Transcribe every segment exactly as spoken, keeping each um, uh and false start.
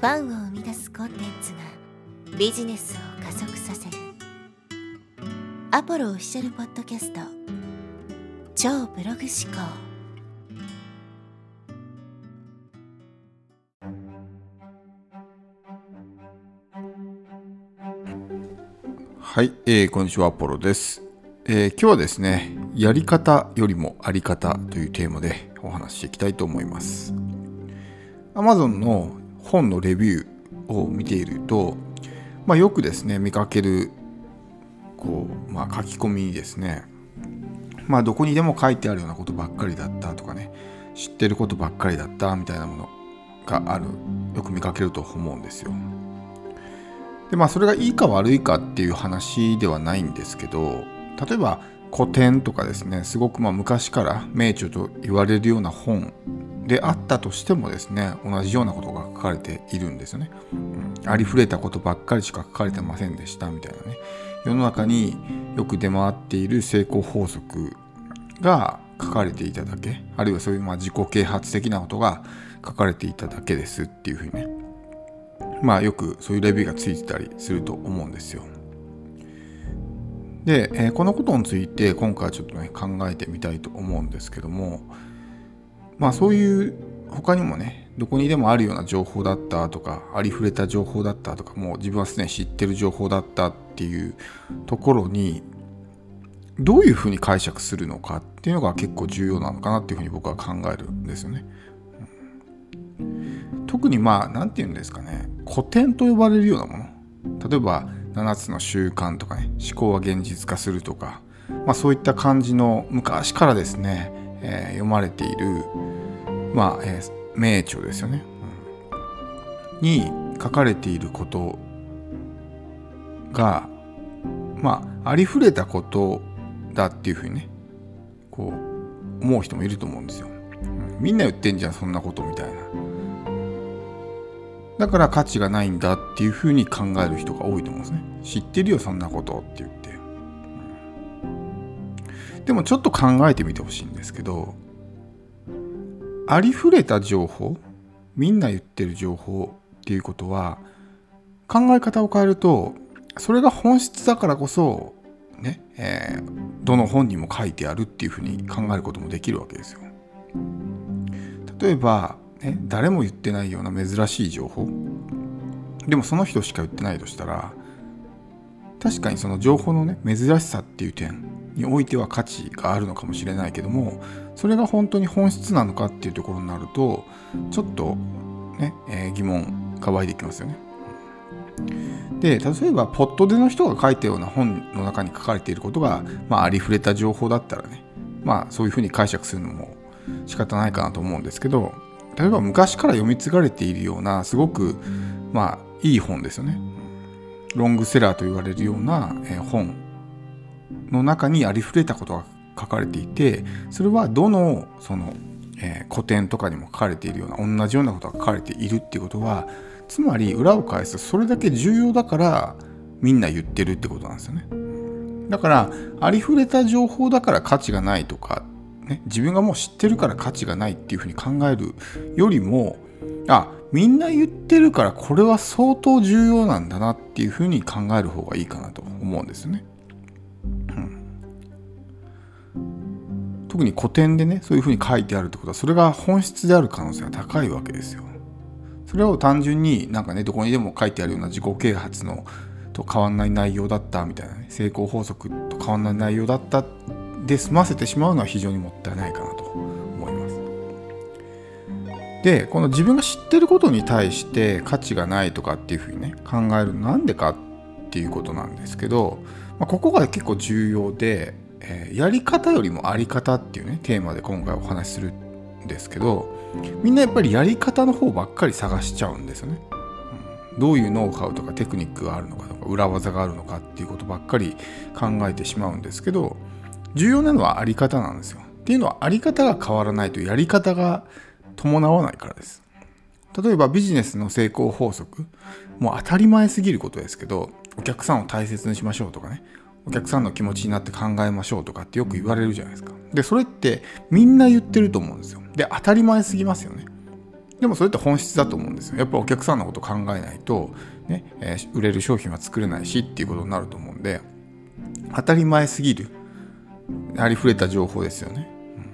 ファンを生み出すコンテンツがビジネスを加速させるアポロオフィシャルポッドキャスト超ブログ思考。 はい、えー、こんにちは、アポロです、えー、今日はですね、やり方よりもあり方というテーマでお話ししていきたいと思います。 Amazon の本のレビューを見ていると、まあ、よくですね見かけるこう、まあ、書き込みにですね、まあ、どこにでも書いてあるようなことばっかりだったとかね、知ってることばっかりだったみたいなものがある、よく見かけると思うんですよ。でまあ、それがいいか悪いかっていう話ではないんですけど、例えば古典とかですね、すごくまあ昔から名著と言われるような本であったとしてもですね、同じようなことが書かれているんですよね、うん、ありふれたことばっかりしか書かれてませんでしたみたいなね、世の中によく出回っている成功法則が書かれていただけ、あるいはそういうまあ自己啓発的なことが書かれていただけですっていうふうにね、まあよくそういうレビューがついてたりすると思うんですよ。で、えー、このことについて今回はちょっとね考えてみたいと思うんですけども、まあそういう他にもね、どこにでもあるような情報だったとか、ありふれた情報だったとか、もう自分はすでに知ってる情報だったっていうところにどういうふうに解釈するのかっていうのが結構重要なのかなっていうふうに僕は考えるんですよね。特にまあ何て言うんですかね、古典と呼ばれるようなもの、例えばななつの習慣とかね、思考は現実化するとか、まあ、そういった感じの昔からですね、えー、読まれている、まあえー、名著ですよね、うん、に書かれていることが、まあありふれたことだっていうふうにね、こう思う人もいると思うんですよ、うん、みんな言ってんじゃんそんなことみたいな、だから価値がないんだっていうふうに考える人が多いと思うんですね。知ってるよそんなことって言って、うん、でもちょっと考えてみてほしいんですけど、ありふれた情報、みんな言ってる情報っていうことは、考え方を変えるとそれが本質だからこそね、えー、どの本にも書いてあるっていうふうに考えることもできるわけですよ。例えばね、誰も言ってないような珍しい情報でもその人しか言ってないとしたら、確かにその情報のね珍しさっていう点においては価値があるのかもしれないけども、それが本当に本質なのかっていうところになるとちょっとね、えー、疑問が湧いてきますよね。で例えばポットでの人が書いたような本の中に書かれていることが、まあ、ありふれた情報だったらね、まあそういうふうに解釈するのも仕方ないかなと思うんですけど、例えば昔から読み継がれているようなすごくまあいい本ですよね、ロングセラーと言われるような本の中にありふれたことが書かれていて、それはどのその、えー、古典とかにも書かれているような同じようなことが書かれているっていうことは、つまり裏を返すとそれだけ重要だからみんな言ってるってことなんですよね。だからありふれた情報だから価値がないとかね、自分がもう知ってるから価値がないっていうふうに考えるよりも、あ、みんな言ってるからこれは相当重要なんだなっていうふうに考える方がいいかなと思うんですよね、うん、特に古典でねそういうふうに書いてあるってことは、それが本質である可能性が高いわけですよ。それを単純になんかね、どこにでも書いてあるような自己啓発のと変わんない内容だったみたいなね、成功法則と変わんない内容だったで済ませてしまうのは非常にもったいないかなと思います。で、この自分が知ってることに対して価値がないとかっていうふうにね考える、なんでかっていうことなんですけど、まあ、ここが結構重要で、えー、やり方よりもあり方っていうねテーマで今回お話しするんですけど、みんなやっぱりやり方の方ばっかり探しちゃうんですよね、うん、どういうノウハウとかテクニックがあるのかとか裏技があるのかっていうことばっかり考えてしまうんですけど、重要なのはあり方なんですよ。っていうのは、あり方が変わらないとやり方が伴わないからです。例えばビジネスの成功法則、もう当たり前すぎることですけど、お客さんを大切にしましょうとかね、お客さんの気持ちになって考えましょうとかってよく言われるじゃないですか。でそれってみんな言ってると思うんですよ。で当たり前すぎますよね。 でもそれって本質だと思うんですよ。やっぱお客さんのことを考えないと、ねえー、売れる商品は作れないしっていうことになると思うんで、当たり前すぎるありふれた情報ですよね、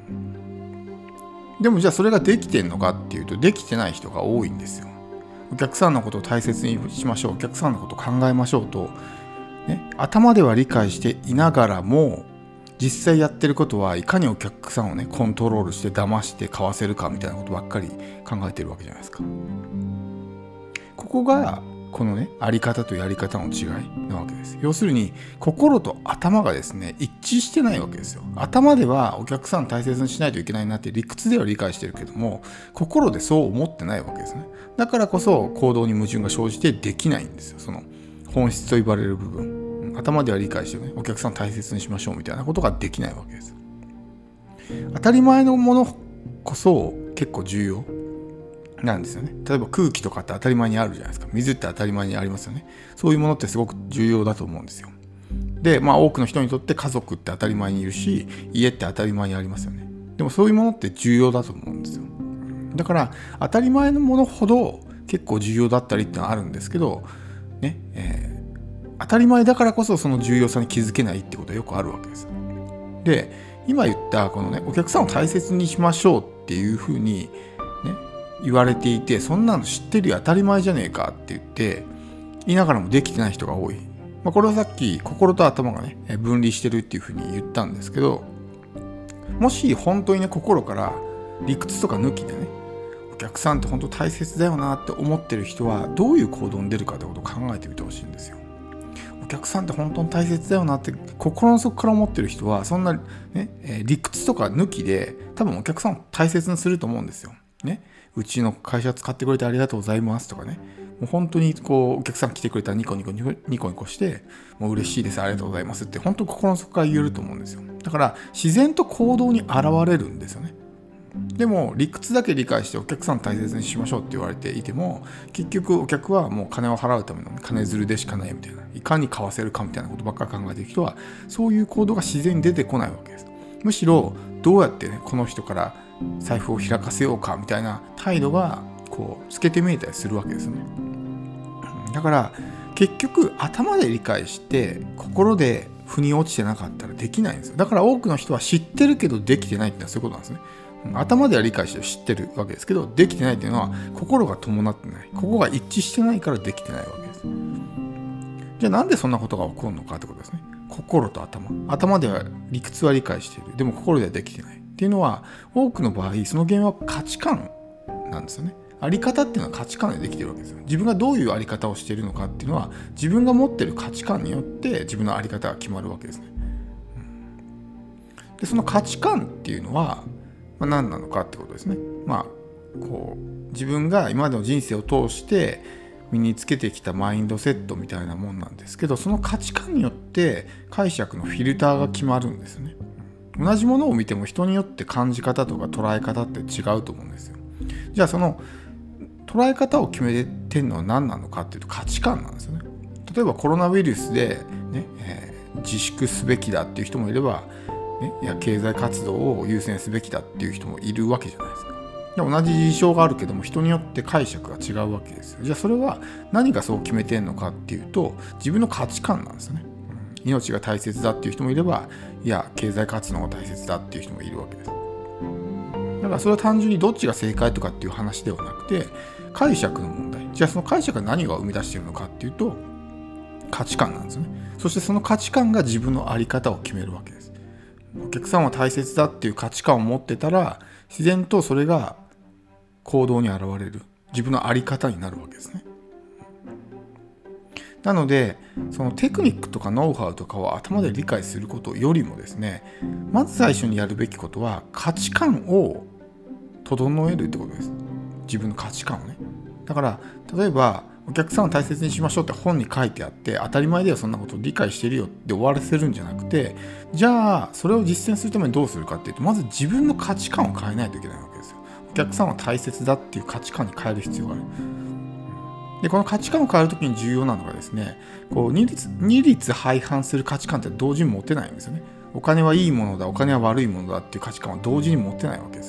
うん、でもじゃあそれができてんのかっていうと、できてない人が多いんですよ。お客さんのことを大切にしましょう、お客さんのことを考えましょうと、ね、頭では理解していながらも実際やってることはいかにお客さんをねコントロールして騙して買わせるかみたいなことばっかり考えてるわけじゃないですか。ここがこのねあり方とやり方の違いなわけです。要するに心と頭がですね一致してないわけですよ。頭ではお客さん大切にしないといけないなって理屈では理解してるけども、心でそう思ってないわけですね。だからこそ行動に矛盾が生じてできないんですよ。その本質と言われる部分、頭では理解してねお客さん大切にしましょうみたいなことができないわけです。当たり前のものこそ結構重要なんですよね。例えば空気とかって当たり前にあるじゃないですか。水って当たり前にありますよね。そういうものってすごく重要だと思うんですよ。で、まあ多くの人にとって家族って当たり前にいるし、家って当たり前にありますよね。でもそういうものって重要だと思うんですよ。だから当たり前のものほど結構重要だったりってのはあるんですけど、ね、えー、当たり前だからこそその重要さに気づけないってことはよくあるわけです。で、今言ったこのね、お客さんを大切にしましょうっていうふうにね、言われていて、そんなの知ってるよ当たり前じゃねえかって言って言いながらもできてない人が多い。まあ、これはさっき心と頭がね分離してるっていうふうに言ったんですけど、もし本当にね心から理屈とか抜きでねお客さんって本当大切だよなって思ってる人はどういう行動に出るかってことを考えてみてほしいんですよ。お客さんって本当に大切だよなって心の底から思ってる人はそんな、ね、理屈とか抜きで多分お客さんを大切にすると思うんですよ。ね、うちの会社使ってくれてありがとうございますとかね、もう本当にこうお客さん来てくれたらニコニコニコニコニコしてもう嬉しいですありがとうございますって本当に心の底から言えると思うんですよ。だから自然と行動に現れるんですよね。でも理屈だけ理解してお客さん大切にしましょうって言われていても結局お客はもう金を払うための金づるでしかないみたいな、いかに買わせるかみたいなことばっかり考えている人はそういう行動が自然に出てこないわけです。むしろどうやってねこの人から財布を開かせようかみたいな態度がこう透けて見えたりするわけですよね。だから結局頭で理解して心で腑に落ちてなかったらできないんですよ。だから多くの人は知ってるけどできてないってのはそういうことなんですね。頭では理解して知ってるわけですけどできてないっていうのは心が伴ってない、ここが一致してないからできてないわけです。じゃあなんでそんなことが起こるのかってことですね。心と頭、頭では理屈は理解している、でも心ではできてないっていうのは多くの場合その原因は価値観なんですよね。あり方っていうのは価値観でできてるわけですよ。自分がどういうあり方をしているのかっていうのは自分が持っている価値観によって自分のあり方が決まるわけですね。でその価値観っていうのはまあ、何なのかってことですね。まあこう自分が今までの人生を通して身につけてきたマインドセットみたいなもんなんですけど、その価値観によって解釈のフィルターが決まるんですよね。同じものを見ても人によって感じ方とか捉え方って違うと思うんですよ。じゃあその捉え方を決めてるのは何なのかっていうと価値観なんですよね。例えばコロナウイルスで、ねえー、自粛すべきだっていう人もいればね、いや経済活動を優先すべきだっていう人もいるわけじゃないですか。で同じ事象があるけども人によって解釈が違うわけですよ。じゃあそれは何がそう決めてんのかっていうと自分の価値観なんですよね。命が大切だっていう人もいればいや経済活動が大切だっていう人もいるわけです。だからそれは単純にどっちが正解とかっていう話ではなくて解釈の問題。じゃあその解釈が何が生み出しているのかっていうと価値観なんですよね。そしてその価値観が自分の在り方を決めるわけです。お客さんは大切だっていう価値観を持ってたら自然とそれが行動に現れる自分の在り方になるわけですね。なのでそのテクニックとかノウハウとかを頭で理解することよりもですね、まず最初にやるべきことは価値観を整えるってことです。自分の価値観をね。だから例えばお客さんを大切にしましょうって本に書いてあって当たり前ではそんなことを理解してるよって終わらせるんじゃなくて、じゃあそれを実践するためにどうするかっていうとまず自分の価値観を変えないといけないわけですよ。お客さんは大切だっていう価値観に変える必要がある。でこの価値観を変えるときに重要なのがですね、こう二律、二律背反する価値観って同時に持てないんですよね。お金はいいものだお金は悪いものだっていう価値観は同時に持てないわけですよ。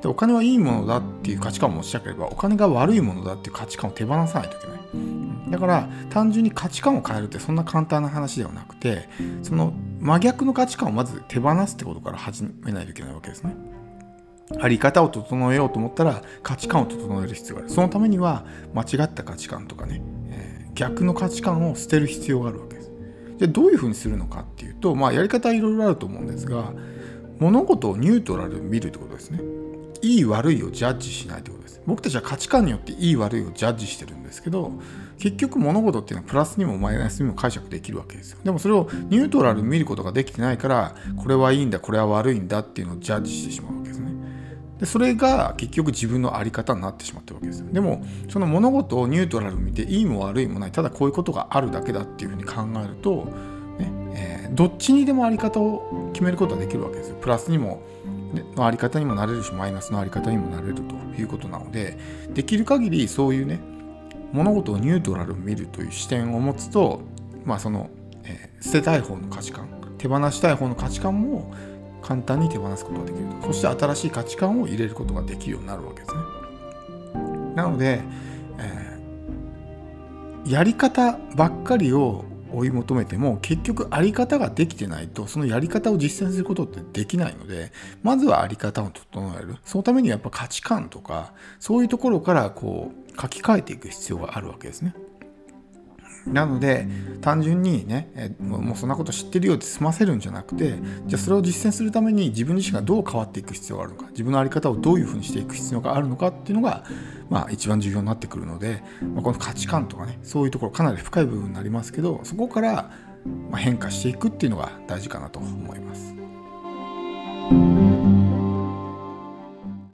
でお金はいいものだっていう価値観を持ちたければ、お金が悪いものだっていう価値観を手放さないといけない。だから単純に価値観を変えるってそんな簡単な話ではなくて、その真逆の価値観をまず手放すってことから始めないといけないわけですね。あり方を整えようと思ったら価値観を整える必要がある。そのためには間違った価値観とかね、えー、逆の価値観を捨てる必要があるわけです。じゃあどういうふうにするのかっていうと、まあやり方はいろいろあると思うんですが、物事をニュートラルに見るってことですね。いい悪いをジャッジしないってことです。僕たちは価値観によっていい悪いをジャッジしてるんですけど、結局物事っていうのはプラスにもマイナスにも解釈できるわけですよ。でもそれをニュートラルに見ることができてないから、これはいいんだこれは悪いんだっていうのをジャッジしてしまうわけですね。でそれが結局自分の在り方になってしまってるわけですよ。でもその物事をニュートラルに見て、いいも悪いもない、ただこういうことがあるだけだっていうふうに考えると、ねえー、どっちにでも在り方を決めることができるわけですよ。プラスにもの在り方にもなれるし、マイナスの在り方にもなれるということなので、できる限りそういうね、物事をニュートラルに見るという視点を持つと、まあその、えー、捨てたい方の価値観、手放したい方の価値観も簡単に手放すことができると。そして新しい価値観を入れることができるようになるわけですね。なので、えー、やり方ばっかりを追い求めても結局あり方ができてないと、そのやり方を実践することってできないので、まずはあり方を整える。そのためにはやっぱ価値観とかそういうところからこう書き換えていく必要があるわけですね。なので単純にね、えもうそんなこと知ってるよって済ませるんじゃなくて、じゃあそれを実践するために自分自身がどう変わっていく必要があるのか、自分の在り方をどういうふうにしていく必要があるのかっていうのが、まあ、一番重要になってくるので、まあ、この価値観とかね、そういうところかなり深い部分になりますけど、そこからまあ変化していくっていうのが大事かなと思います。